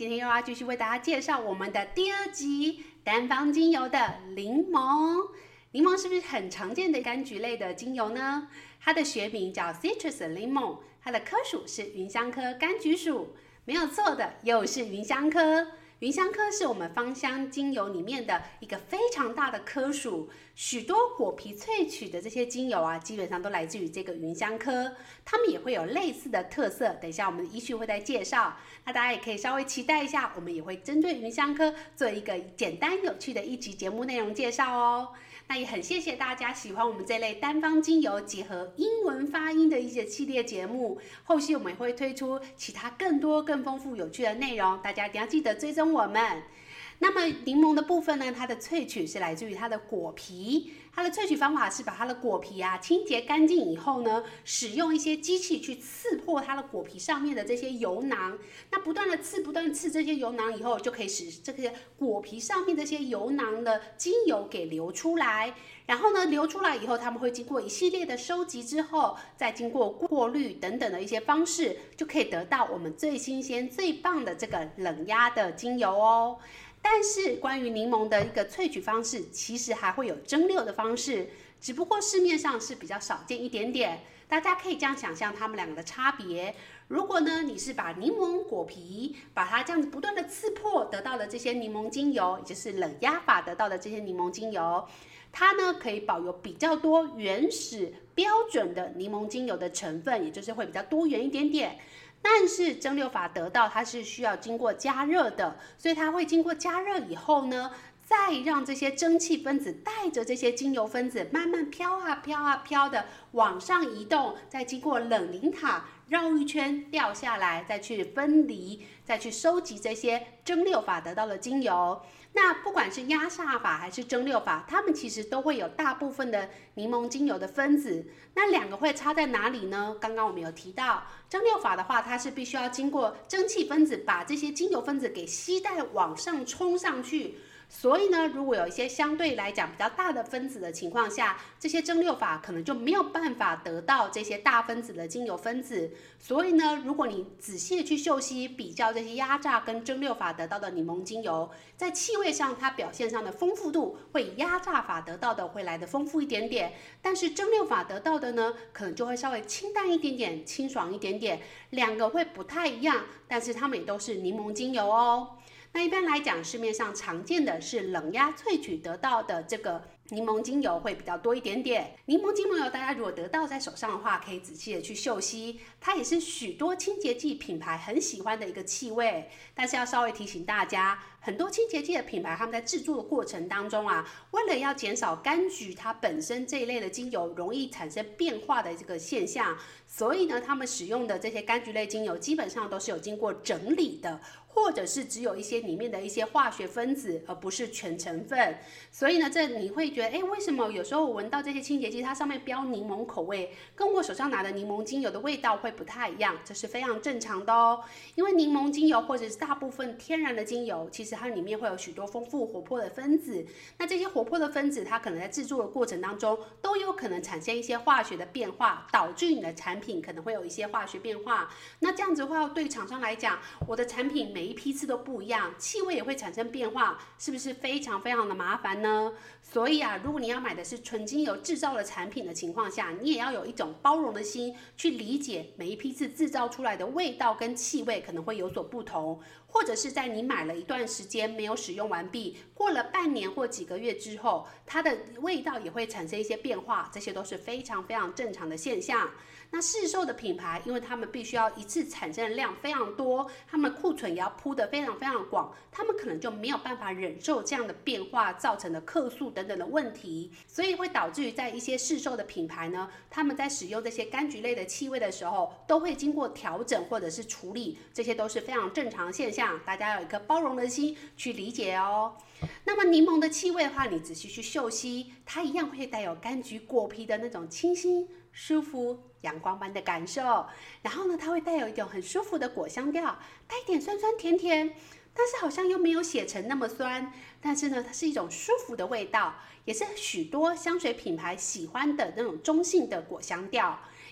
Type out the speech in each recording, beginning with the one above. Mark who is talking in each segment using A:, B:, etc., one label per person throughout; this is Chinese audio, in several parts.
A: 今天又要继续为大家介绍我们的第2集单方精油的柠檬。柠檬是不是很常见的柑橘类的精油呢？它的学名叫 Citrus lemon， 它的科属是芸香科柑橘属。没有错的，又是芸香科。芸香科是我们芳香精油里面的一个非常大的科属，许多果皮萃取的这些精油啊，基本上都来自于这个芸香科。它们也会有类似的特色，等一下我们的依序会再介绍。那大家也可以稍微期待一下，我们也会针对芸香科做一个简单有趣的一集节目内容介绍哦。那也很谢谢大家喜欢我们这类单方精油结合英文发音的一些系列节目，后续我们也会推出其他更多更丰富有趣的内容，大家一定要记得追踪我们。那么柠檬的部分呢，它的萃取是来自于它的果皮，它的萃取方法是把它的果皮清洁干净以后呢，使用一些机器去刺破它的果皮上面的这些油囊，那不断的刺这些油囊以后，就可以使这个果皮上面这些油囊的精油给流出来。然后呢，流出来以后，他们会经过一系列的收集之后，再经过过滤等等的一些方式，就可以得到我们最新鲜最棒的这个冷压的精油哦。但是关于柠檬的一个萃取方式，其实还会有蒸馏的方式，只不过市面上是比较少见一点点。大家可以这样想象它们两个的差别。如果呢，你是把柠檬果皮把它这样子不断的刺破，得到的这些柠檬精油，也就是冷压法得到的这些柠檬精油，它呢可以保有比较多原始标准的柠檬精油的成分，也就是会比较多元一点点。但是蒸馏法得到它是需要经过加热的，所以它会经过加热以后呢，再让这些蒸汽分子带着这些精油分子慢慢飘的往上移动，再经过冷凝塔绕一圈掉下来，再去分离，再去收集这些蒸馏法得到的精油。那不管是压榨法还是蒸馏法，它们其实都会有大部分的柠檬精油的分子。那两个会差在哪里呢？刚刚我们有提到，蒸馏法的话，它是必须要经过蒸汽分子把这些精油分子给吸带往上冲上去。所以呢，如果有一些相对来讲比较大的分子的情况下，这些蒸馏法可能就没有办法得到这些大分子的精油分子。所以呢，如果你仔细的去嗅吸比较这些压榨跟蒸馏法得到的柠檬精油，在气味上它表现上的丰富度会比压榨法得到的会来得丰富一点点，但是蒸馏法得到的呢，可能就会稍微清淡一点点，清爽一点点，两个会不太一样，但是它们也都是柠檬精油哦。那一般来讲，市面上常见的是冷压萃取得到的这个柠檬精油会比较多一点点。柠檬精油大家如果得到在手上的话，可以仔细的去嗅吸，它也是许多清洁剂品牌很喜欢的一个气味。但是要稍微提醒大家，很多清洁剂的品牌他们在制作的过程当中为了要减少柑橘它本身这一类的精油容易产生变化的这个现象，所以呢，他们使用的这些柑橘类精油基本上都是有经过整理的，或者是只有一些里面的一些化学分子，而不是全成分。所以呢，这你会觉得，为什么有时候我闻到这些清洁剂，它上面标柠檬口味，跟我手上拿的柠檬精油的味道会不太一样？这是非常正常的哦。因为柠檬精油或者是大部分天然的精油，其实它里面会有许多丰富活泼的分子。那这些活泼的分子，它可能在制作的过程当中，都有可能产生一些化学的变化，导致你的产品可能会有一些化学变化。那这样子的话，对厂商来讲，我的产品每一批次都不一样，气味也会产生变化，是不是非常非常的麻烦呢？所以如果你要买的是纯精油制造的产品的情况下，你也要有一种包容的心，去理解每一批次制造出来的味道跟气味可能会有所不同，或者是在你买了一段时间没有使用完毕，过了半年或几个月之后，它的味道也会产生一些变化，这些都是非常非常正常的现象。那市售的品牌，因为他们必须要一次产生的量非常多，他们库存也要铺得非常非常广，他们可能就没有办法忍受这样的变化造成的客诉等等的问题，所以会导致于在一些市售的品牌呢，他们在使用这些柑橘类的气味的时候，都会经过调整或者是处理，这些都是非常正常的现象，大家要有一颗包容的心去理解哦。那么柠檬的气味的话，你仔细去嗅吸，它一样会带有柑橘果皮的那种清新、舒服、阳光般的感受。然后呢，它会带有一种很舒服的果香调，带一点酸酸甜甜，但是好像又没有写成那么酸。但是呢，它是一种舒服的味道，也是许多香水品牌喜欢的那种中性的果香调。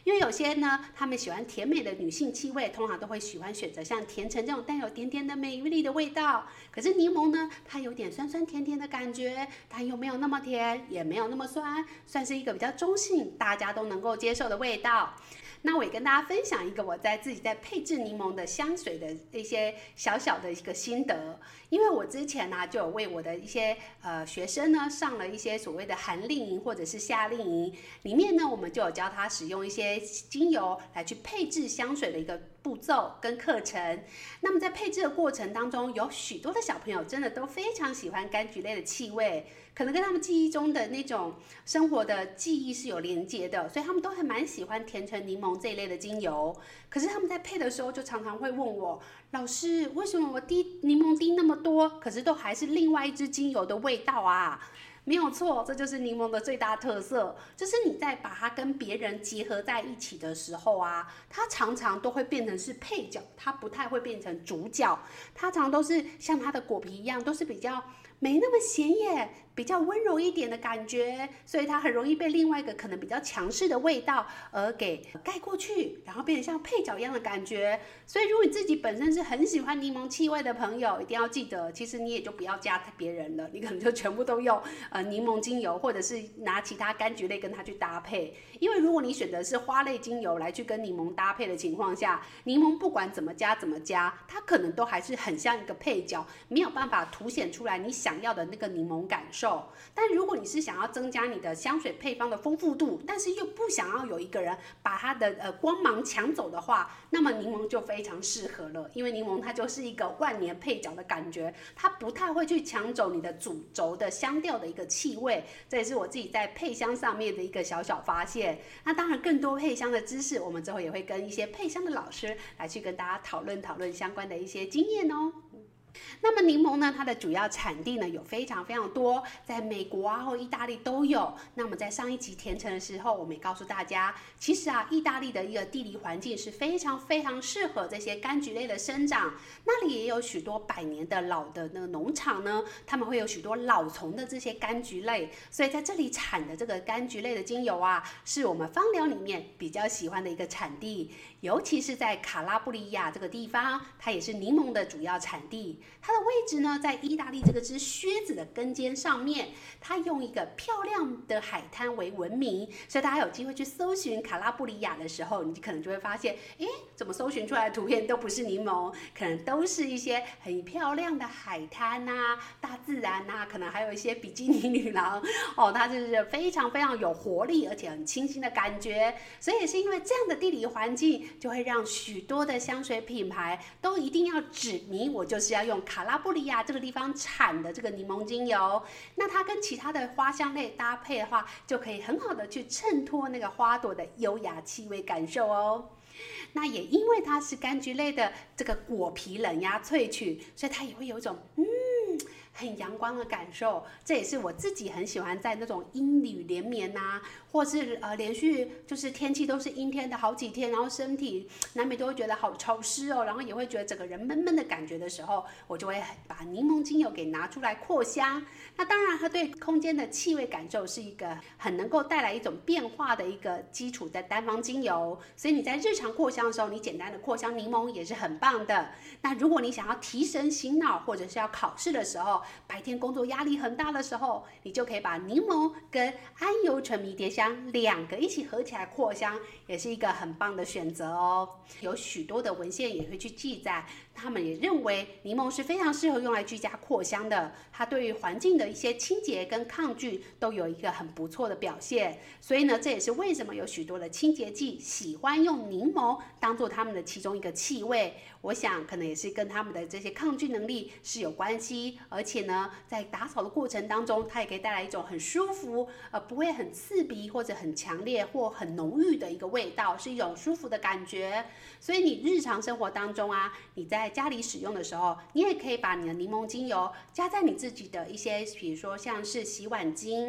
A: 因为有些呢，他们喜欢甜美的女性气味，通常都会喜欢选择像甜橙这种带有点点的美丽的味道。可是柠檬呢，它有点酸酸甜甜的感觉，它又没有那么甜，也没有那么酸，算是一个比较中性，大家都能够接受的味道。那我也跟大家分享一个我自己在配制柠檬的香水的一些小小的一个心得，因为我之前呢就有为我的一些学生呢上了一些所谓的寒令营或者是夏令营，里面呢我们就有教他使用一些精油来去配制香水的一个步骤跟课程。那么在配制的过程当中，有许多的小朋友真的都非常喜欢柑橘类的气味，可能跟他们记忆中的那种生活的记忆是有连结的，所以他们都还蛮喜欢甜橙柠檬这一类的精油。可是他们在配的时候就常常会问我，老师，为什么我滴柠檬滴那么多，可是都还是另外一支精油的味道啊？没有错，这就是柠檬的最大特色，就是你在把它跟别人结合在一起的时候啊，它常常都会变成是配角，它不太会变成主角，它常都是像它的果皮一样，都是比较没那么显眼，比较温柔一点的感觉，所以它很容易被另外一个可能比较强势的味道而给盖过去，然后变成像配角一样的感觉。所以如果你自己本身是很喜欢柠檬气味的朋友，一定要记得，其实你也就不要加别人了，你可能就全部都用柠檬精油，或者是拿其他柑橘类跟它去搭配。因为如果你选的是花类精油来去跟柠檬搭配的情况下，柠檬不管怎么加，它可能都还是很像一个配角，没有办法凸显出来你想要的那个柠檬感受。但如果你是想要增加你的香水配方的丰富度，但是又不想要有一个人把它的光芒抢走的话，那么柠檬就非常适合了。因为柠檬它就是一个万年配角的感觉，它不太会去抢走你的主轴的香调的一个气味。这也是我自己在配香上面的一个小小发现。那当然更多配香的知识，我们之后也会跟一些配香的老师来去跟大家讨论相关的一些经验哦。那么柠檬呢，它的主要产地呢有非常非常多，在美国啊或意大利都有。那么在上一集甜橙的时候，我们也告诉大家，其实啊，意大利的一个地理环境是非常非常适合这些柑橘类的生长，那里也有许多百年的老的那个农场呢，他们会有许多老丛的这些柑橘类，所以在这里产的这个柑橘类的精油啊，是我们芳疗里面比较喜欢的一个产地，尤其是在卡拉布里亚这个地方，它也是柠檬的主要产地。它的位置呢，在意大利这个只靴子的根尖上面，它用一个漂亮的海滩为闻名，所以大家有机会去搜寻卡拉布里亚的时候，你可能就会发现，诶，怎么搜寻出来的图片都不是柠檬，可能都是一些很漂亮的海滩啊、大自然啊，可能还有一些比基尼女郎哦，它就是非常非常有活力，而且很清新的感觉。所以也是因为这样的地理环境，就会让许多的香水品牌都一定要指明，我就是要用卡拉布里亚这个地方产的这个柠檬精油。那它跟其他的花香类搭配的话，就可以很好的去衬托那个花朵的优雅气味感受哦。那也因为它是柑橘类的这个果皮冷压萃取，所以它也会有一种很阳光的感受。这也是我自己很喜欢在那种阴雨连绵啊，或是连续就是天气都是阴天的好几天，然后身体难免都会觉得好潮湿哦，然后也会觉得整个人闷闷的感觉的时候，我就会把柠檬精油给拿出来扩香。那当然它对空间的气味感受是一个很能够带来一种变化的一个基础的单方精油，所以你在日常扩香的时候，你简单的扩香柠檬也是很棒的。那如果你想要提神醒脑，或者是要考试的时候，白天工作压力很大的时候，你就可以把柠檬跟桉油醇迷迭香两个一起合起来扩香，也是一个很棒的选择哦。有许多的文献也会去记载，他们也认为柠檬是非常适合用来居家扩香的，它对于环境的一些清洁跟抗菌都有一个很不错的表现。所以呢，这也是为什么有许多的清洁剂喜欢用柠檬当做他们的其中一个气味。我想可能也是跟他们的这些抗菌能力是有关系，而且呢，在打扫的过程当中，它也可以带来一种很舒服，不会很刺鼻或者很强烈或很浓郁的一个味道，是一种舒服的感觉。所以你日常生活当中啊，你在家里使用的时候，你也可以把你的柠檬精油加在你自己的一些，比如说像是洗碗巾，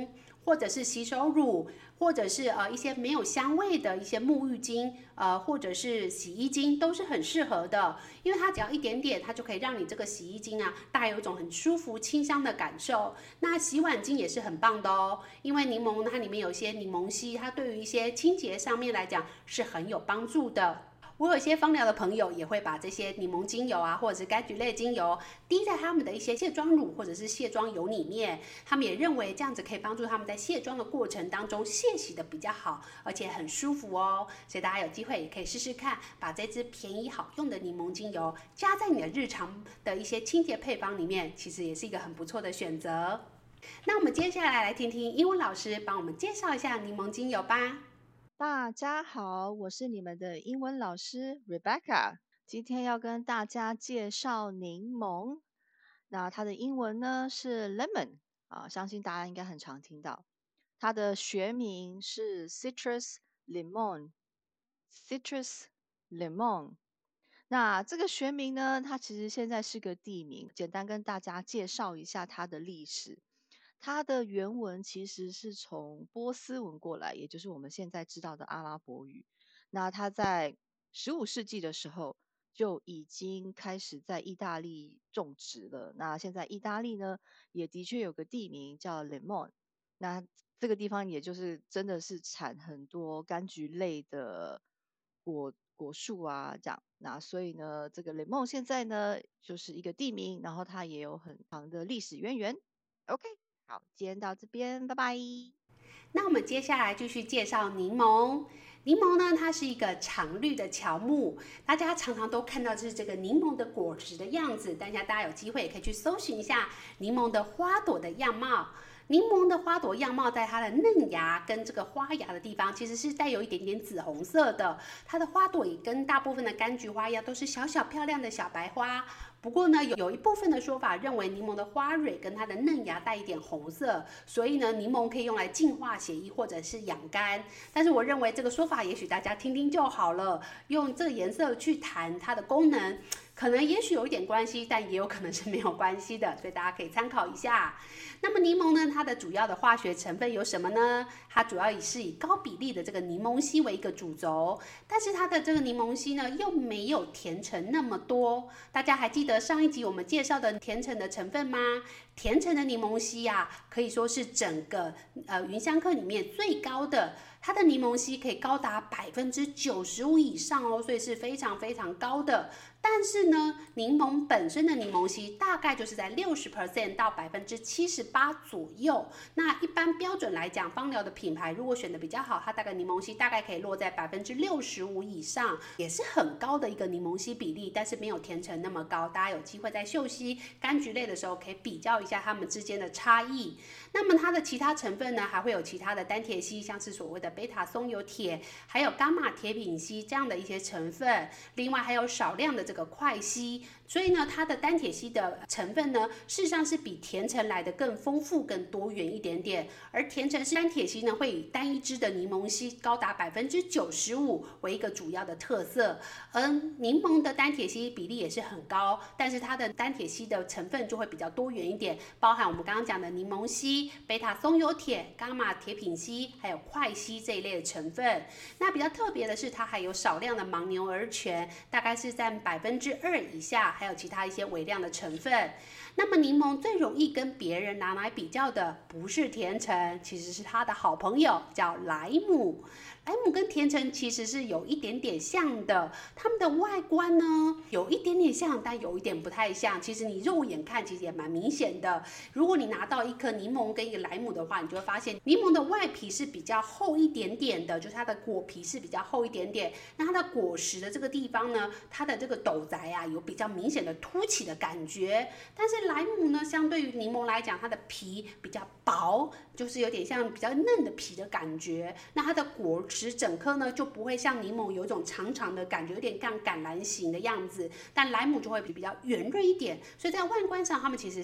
A: 或者是洗手乳，或者是一些没有香味的一些沐浴巾，或者是洗衣精，都是很适合的，因为它只要一点点，它就可以让你这个洗衣精啊带有一种很舒服清香的感受。那洗碗巾也是很棒的哦，因为柠檬它里面有一些柠檬烯，它对于一些清洁上面来讲是很有帮助的。我有一些芳疗的朋友也会把这些柠檬精油啊，或者是柑橘类精油滴在他们的一些卸妆乳或者是卸妆油里面，他们也认为这样子可以帮助他们在卸妆的过程当中卸洗的比较好，而且很舒服哦。所以大家有机会也可以试试看，把这支便宜好用的柠檬精油加在你的日常的一些清洁配方里面，其实也是一个很不错的选择。那我们接下来来听听英文老师帮我们介绍一下柠檬精油吧。
B: 大家好，我是你们的英文老师 Rebecca，今天要跟大家介绍柠檬。那它的英文呢是 lemon 相信大家应该很常听到。它的学名是 citrus lemon，citrus lemon。那这个学名呢，它其实现在是个地名，简单跟大家介绍一下它的历史。它的原文其实是从波斯文过来，也就是我们现在知道的阿拉伯语。那它在15世纪的时候就已经开始在意大利种植了。那现在意大利呢，也的确有个地名叫 Lemon。那这个地方也就是真的是产很多柑橘类的果树啊，这样。那所以呢，这个 Lemon 现在呢就是一个地名，然后它也有很长的历史渊源。OK。好，今天到这边，拜拜。
A: 那我们接下来继续介绍柠檬。柠檬呢，它是一个常绿的乔木，大家常常都看到是这个柠檬的果实的样子，大家有机会也可以去搜寻一下柠檬的花朵的样貌。柠檬的花朵样貌，在它的嫩芽跟这个花芽的地方，其实是带有一点点紫红色的。它的花朵也跟大部分的柑橘花一样，都是小小漂亮的小白花。不过呢，有一部分的说法认为柠檬的花蕊跟它的嫩芽带一点红色，所以呢，柠檬可以用来净化血液或者是养肝。但是我认为这个说法，也许大家听听就好了，用这个颜色去谈它的功能，可能也许有一点关系，但也有可能是没有关系的，所以大家可以参考一下。那么柠檬呢，它的主要的化学成分有什么呢？它主要是以高比例的这个柠檬烯为一个主轴，但是它的这个柠檬烯呢，又没有甜橙那么多。大家还记得上一集我们介绍的甜橙的成分吗？甜橙的柠檬烯可以说是整个芸香科里面最高的。它的柠檬烯可以高达95%以上哦，所以是非常非常高的。但是呢，柠檬本身的柠檬烯大概就是在60%到78%左右。那一般标准来讲，芳疗的品牌如果选的比较好，它大概柠檬烯大概可以落在65%以上，也是很高的一个柠檬烯比例，但是没有甜橙那么高。大家有机会在嗅吸柑橘类的时候，可以比较一下它们之间的差异。那么它的其他成分呢，还会有其他的单铁烯，像是所谓的贝塔松油铁，还有伽马铁品烯这样的一些成分。另外还有少量的这个块烯，所以呢，它的单铁烯的成分呢，事实上是比甜橙来的更丰富、更多元一点点。而甜橙是单铁烯呢，会以单一支的柠檬烯高达95%为一个主要的特色，而柠檬的单铁烯比例也是很高，但是它的单铁烯的成分就会比较多元一点，包含我们刚刚讲的柠檬烯、贝塔松油铁、伽马铁品烯，还有块烯这一类的成分。那比较特别的是，它还有少量的牻牛儿醛，大概是占2%以下，还有其他一些微量的成分。那么柠檬最容易跟别人拿来比较的，不是甜橙，其实是它的好朋友叫莱姆。莱姆跟甜橙其实是有一点点像的，它们的外观呢有一点点像，但有一点不太像。其实你肉眼看其实也蛮明显的。如果你拿到一颗柠檬跟一个莱姆的话，你就会发现柠檬的外皮是比较厚一点点的，就是它的果皮是比较厚一点点。那它的果实的这个地方呢，它的这个斗宅有比较明显的凸起的感觉。但是莱姆呢，相对于柠檬来讲，它的皮比较薄，就是有点像比较嫩的皮的感觉。那它的果实整颗呢，就不会像柠檬有一种长长的感觉，有点像橄榄形的样子。但莱姆就会比较圆润一点，所以在外观上它们其实是不太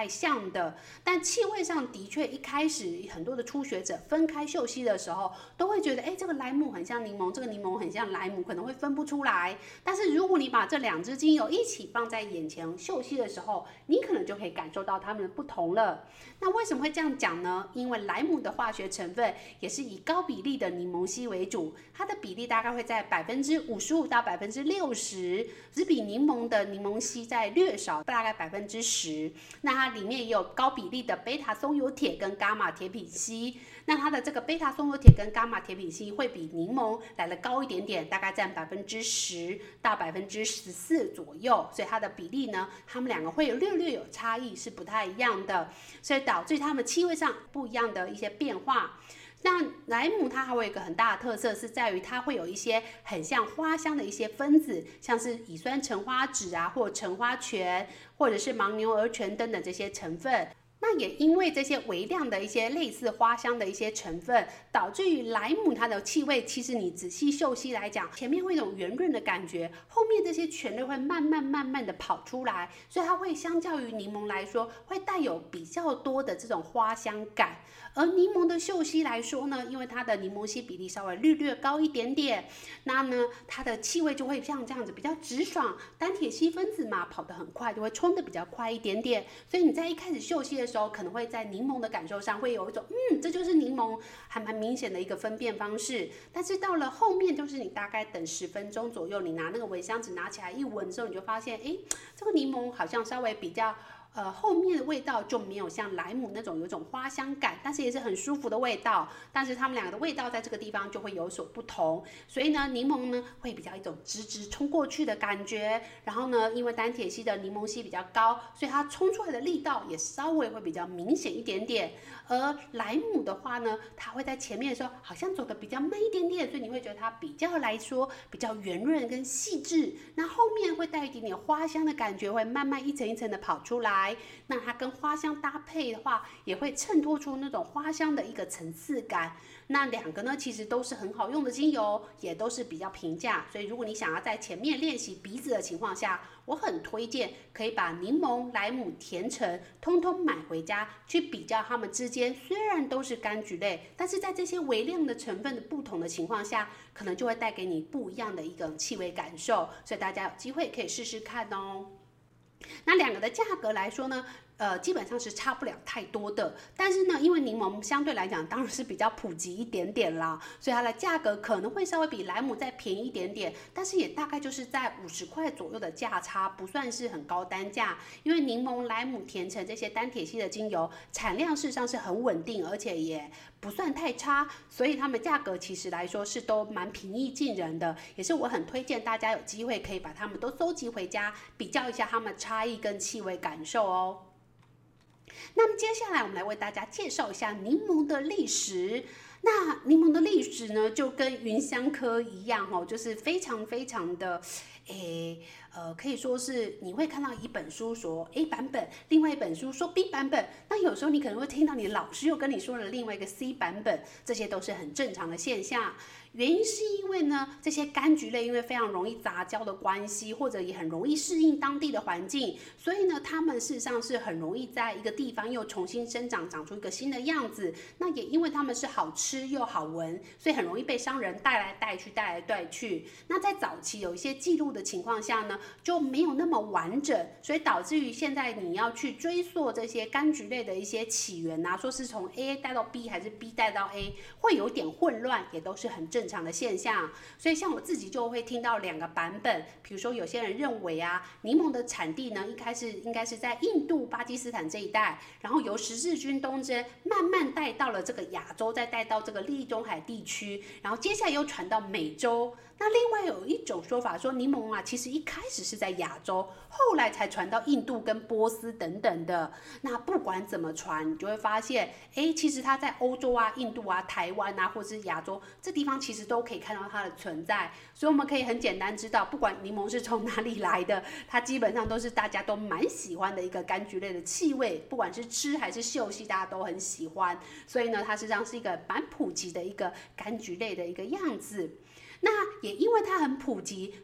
A: 太像的，但气味上的确一开始很多的初学者分开嗅吸的时候，都会觉得，这个莱姆很像柠檬，这个柠檬很像莱姆，可能会分不出来。但是如果你把这2支精油一起放在眼前嗅吸的时候，你可能就可以感受到它们的不同了。那为什么会这样讲呢？因为莱姆的化学成分也是以高比例的柠檬烯为主，它的比例大概会在55%到60%，只比柠檬的柠檬烯在略少，大概10%。那它里面也有高比例的贝塔松油铁跟伽马铁品烯，那它的这个贝塔松油铁跟伽马铁品烯会比柠檬来的高一点点，大概占10%到14%左右，所以它的比例呢，它们2个会略有差异，是不太一样的，所以导致它们气味上不一样的一些变化。那莱姆它还会有一个很大的特色，是在于它会有一些很像花香的一些分子，像是乙酸橙花酯啊，或橙花醛，或者是牻牛儿醛等等这些成分。那也因为这些微量的一些类似花香的一些成分，导致于莱姆它的气味，其实你仔细嗅吸来讲，前面会有一种圆润的感觉，后面这些醛类会慢慢的跑出来，所以它会相较于柠檬来说，会带有比较多的这种花香感。而柠檬的嗅吸来说呢，因为它的柠檬烯比例稍微略高一点点，那呢它的气味就会像这样子比较直爽，单铁烯分子嘛跑得很快，就会冲得比较快一点点，所以你在一开始嗅吸的时候，可能会在柠檬的感受上会有一种这就是柠檬，还蛮明显的一个分辨方式。但是到了后面，就是你大概等10分钟左右，你拿那个蚊香纸拿起来一闻之后，你就发现这个柠檬好像稍微比较后面的味道就没有像莱姆那种有种花香感，但是也是很舒服的味道。但是它们2个的味道在这个地方就会有所不同，所以呢，柠檬呢会比较一种直冲过去的感觉。然后呢，因为单铁烯的柠檬烯比较高，所以它冲出来的力道也稍微会比较明显一点点。而莱姆的话呢，它会在前面的时候好像走得比较慢一点点，所以你会觉得它比较来说比较圆润跟细致。那后面会带一点点花香的感觉，会慢慢一层一层的跑出来。那它跟花香搭配的话，也会衬托出那种花香的一个层次感。那2个呢，其实都是很好用的精油，也都是比较平价，所以如果你想要在前面练习鼻子的情况下，我很推荐可以把柠檬、莱姆、甜橙通通买回家，去比较它们之间，虽然都是柑橘类，但是在这些微量的成分的不同的情况下，可能就会带给你不一样的一个气味感受，所以大家有机会可以试试看哦。那2个的价格来说呢，基本上是差不了太多的，但是呢，因为柠檬相对来讲当然是比较普及一点点啦，所以它的价格可能会稍微比莱姆再便宜一点点，但是也大概就是在50块左右的价差，不算是很高单价。因为柠檬、莱姆、甜橙这些单铁烯的精油产量事实上是很稳定，而且也不算太差，所以它们价格其实来说是都蛮平易近人的，也是我很推荐大家有机会可以把它们都收集回家，比较一下它们差异跟气味感受哦。那么接下来我们来为大家介绍一下柠檬的历史。那柠檬的历史呢，就跟芸香科一样哦，就是非常的可以说是你会看到一本书说 A 版本，另外一本书说 B 版本，那有时候你可能会听到你的老师又跟你说了另外一个 C 版本，这些都是很正常的现象。原因是因为呢，这些柑橘类因为非常容易杂交的关系，或者也很容易适应当地的环境，所以呢，它们事实上是很容易在一个地方又重新生长，长出一个新的样子。那也因为它们是好吃又好闻，所以很容易被商人带来带去。那在早期有一些记录的情况下呢，就没有那么完整，所以导致于现在你要去追溯这些柑橘类的一些起源啊，说是从 A 带到 B 还是 B 带到 A， 会有点混乱，也都是很正常的现象。所以像我自己就会听到2个版本，比如说有些人认为啊，柠檬的产地呢，应该是在印度、巴基斯坦这一带，然后由十字军东征慢慢带到了这个亚洲，再带到这个地中海地区，然后接下来又传到美洲。那另外有一种说法说，柠檬啊，其实一开始是在亚洲，后来才传到印度跟波斯等等的。那不管怎么传，你就会发现，其实它在欧洲啊、印度啊、台湾啊，或者是亚洲这地方，其实都可以看到它的存在。所以我们可以很简单知道，不管柠檬是从哪里来的，它基本上都是大家都蛮喜欢的一个柑橘类的气味，不管是吃还是嗅吸，大家都很喜欢。所以呢，它实际上是一个蛮普及的一个柑橘类的一个样子。那也因为它很普及，所以它也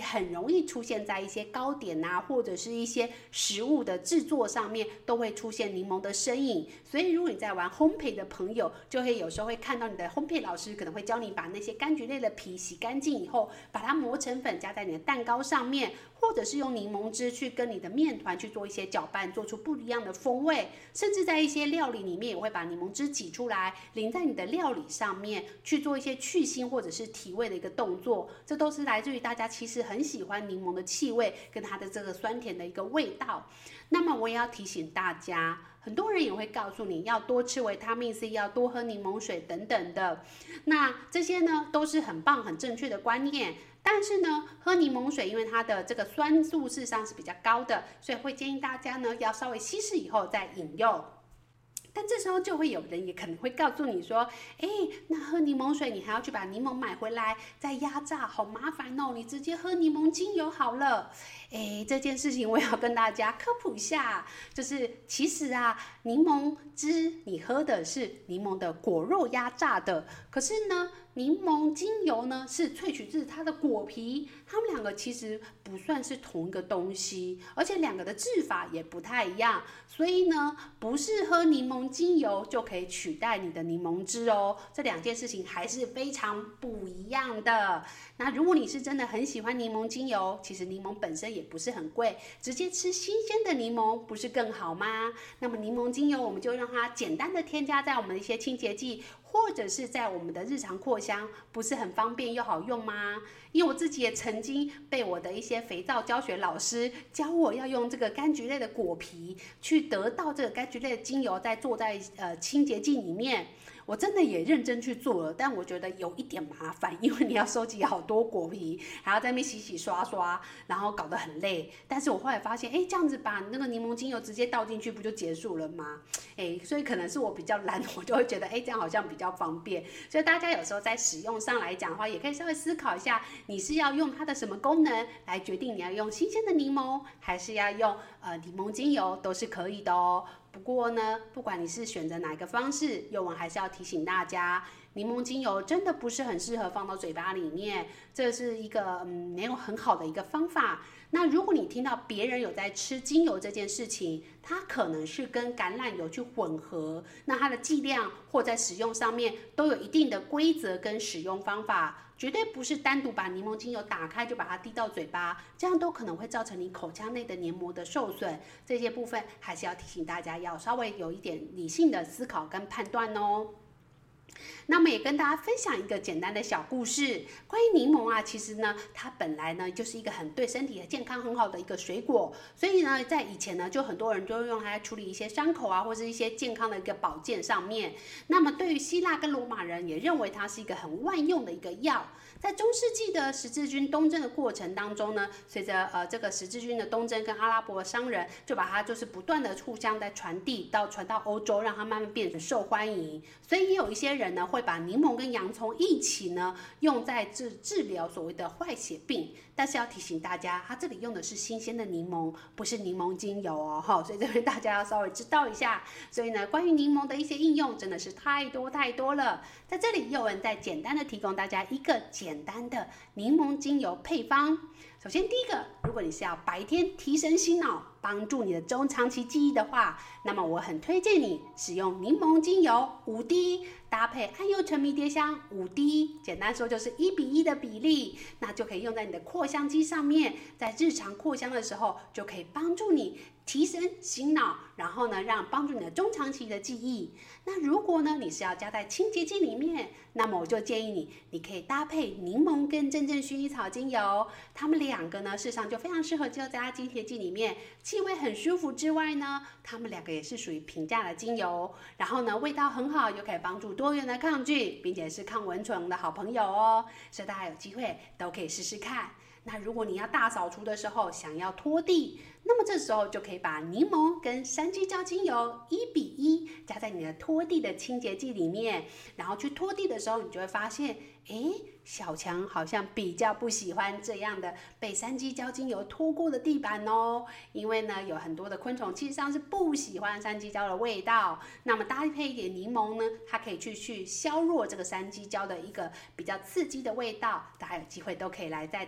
A: 很容易出现在一些糕点啊，或者是一些食物的制作上面，都会出现柠檬的身影。所以如果你在玩烘焙的朋友，就会有时候会看到你的烘焙老师可能会教你把那些柑橘类的皮洗干净以后，把它磨成粉，加在你的蛋糕上面，或者是用柠檬汁去跟你的面团去做一些搅拌，做出不一样的风味。甚至在一些料理里面，也会把柠檬汁挤出来，淋在你的料理上面，去做一些去腥或者是提味的一个动作。这都是来自于大家其实很喜欢柠檬的气味跟它的这个酸甜的一个味道。那么我也要提醒大家，很多人也会告诉你要多吃维他命 C， 要多喝柠檬水等等的。那这些呢都是很棒很正确的观念，但是呢喝柠檬水因为它的这个酸度事实上是比较高的，所以会建议大家呢要稍微稀释以后再饮用。但这时候就会有人也可能会告诉你说，那喝柠檬水你还要去把柠檬买回来再压榨，好麻烦哦，你直接喝柠檬精油好了。这件事情我也要跟大家科普一下，就是其实啊，柠檬汁你喝的是柠檬的果肉压榨的，可是呢柠檬精油呢是萃取自它的果皮，它们两个其实不算是同一个东西，而且两个的制法也不太一样，所以呢不是喝柠檬精油就可以取代你的柠檬汁哦，这两件事情还是非常不一样的。那如果你是真的很喜欢柠檬精油，其实柠檬本身也不是很贵，直接吃新鲜的柠檬不是更好吗？那么柠檬精油我们就让它简单的添加在我们的一些清洁剂，或者是在我们的日常扩香，不是很方便又好用吗？因为我自己也曾经被我的一些肥皂教学老师教我要用这个柑橘类的果皮去得到这个柑橘类的精油，再做在清洁剂里面。我真的也认真去做了，但我觉得有一点麻烦，因为你要收集好多果皮，还要在那边洗洗刷刷，然后搞得很累。但是我后来发现，这样子把那个柠檬精油直接倒进去不就结束了吗？所以可能是我比较懒，我就会觉得这样好像比较方便。所以大家有时候在使用上来讲的话，也可以稍微思考一下，你是要用它的什么功能来决定你要用新鲜的柠檬，还是要用柠檬精油，都是可以的哦。不过呢，不管你是选择哪一个方式，佑文还是要提醒大家，柠檬精油真的不是很适合放到嘴巴里面，这是一个没有很好的一个方法。那如果你听到别人有在吃精油这件事情，它可能是跟橄榄油去混合，那它的剂量或在使用上面都有一定的规则跟使用方法，绝对不是单独把柠檬精油打开就把它滴到嘴巴，这样都可能会造成你口腔内的黏膜的受损。这些部分还是要提醒大家要稍微有一点理性的思考跟判断哦。那么也跟大家分享一个简单的小故事，关于柠檬啊，其实呢，它本来呢就是一个很对身体的健康很好的一个水果，所以呢，在以前呢，就很多人就用它来处理一些伤口啊，或是一些健康的一个保健上面。那么对于希腊跟罗马人也认为它是一个很万用的一个药。在中世纪的十字军东征的过程当中呢，随着这个十字军的东征，跟阿拉伯商人就把它就是不断的互相在传到欧洲，让它慢慢变得受欢迎。所以也有一些人呢会把柠檬跟洋葱一起呢用在治疗所谓的坏血病。但是要提醒大家，它这里用的是新鲜的柠檬，不是柠檬精油哦，所以这边大家要稍微知道一下。所以呢，关于柠檬的一些应用真的是太多太多了。在这里，佑文再简单的提供大家一个简单的柠檬精油配方。首先第一个，如果你是要白天提神醒脑，帮助你的中长期记忆的话，那么我很推荐你使用柠檬精油5滴，搭配桉油橙迷迭香5滴，简单说就是1:1的比例，那就可以用在你的扩香机上面，在日常扩香的时候就可以帮助你提神醒脑，然后呢帮助你的中长期的记忆。那如果呢你是要加在清洁剂里面，那么我就建议你可以搭配柠檬跟真正薰衣草精油，它们两个呢事实上就非常适合就在清洁剂里面，气味很舒服之外呢，它们两个也是属于平价的精油，然后呢味道很好，又可以帮助多元的抗菌，并且是抗蚊虫的好朋友哦，所以大家有机会都可以试试看。那如果你要大扫除的时候想要拖地，那么这时候就可以把柠檬跟山鸡椒精油1:1加在你的拖地的清洁剂里面，然后去拖地的时候，你就会发现，小强好像比较不喜欢这样的被山鸡椒精油拖过的地板哦，因为呢有很多的昆虫其实上是不喜欢山鸡椒的味道，那么搭配一点柠檬呢，它可以去削弱这个山鸡椒的一个比较刺激的味道，大家有机会都可以来在打扫的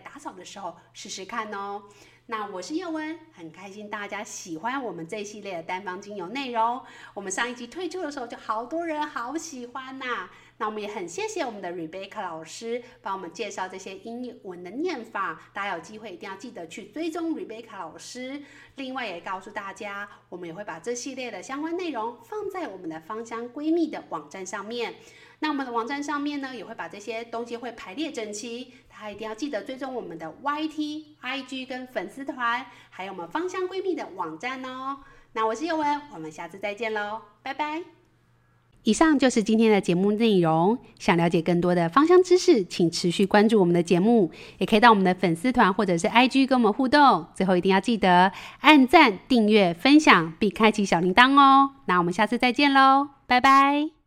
A: 时候试试看哦。那我是叶文，很开心大家喜欢我们这一系列的单方精油内容。我们上一集推出的时候，就好多人好喜欢呐。那我们也很谢谢我们的 Rebecca 老师帮我们介绍这些英文的念法，大家有机会一定要记得去追踪 Rebecca 老师。另外也告诉大家，我们也会把这系列的相关内容放在我们的芳香闺蜜的网站上面。那我们的网站上面呢，也会把这些东西会排列整齐，大家一定要记得追踪我们的 YT、IG 跟粉丝团，还有我们芳香闺蜜的网站哦。那我是叶文，我们下次再见喽，拜拜。以上就是今天的节目内容。想了解更多的芳香知识，请持续关注我们的节目，也可以到我们的粉丝团或者是 IG 跟我们互动。最后一定要记得按赞、订阅、分享，并开启小铃铛哦。那我们下次再见喽，拜拜。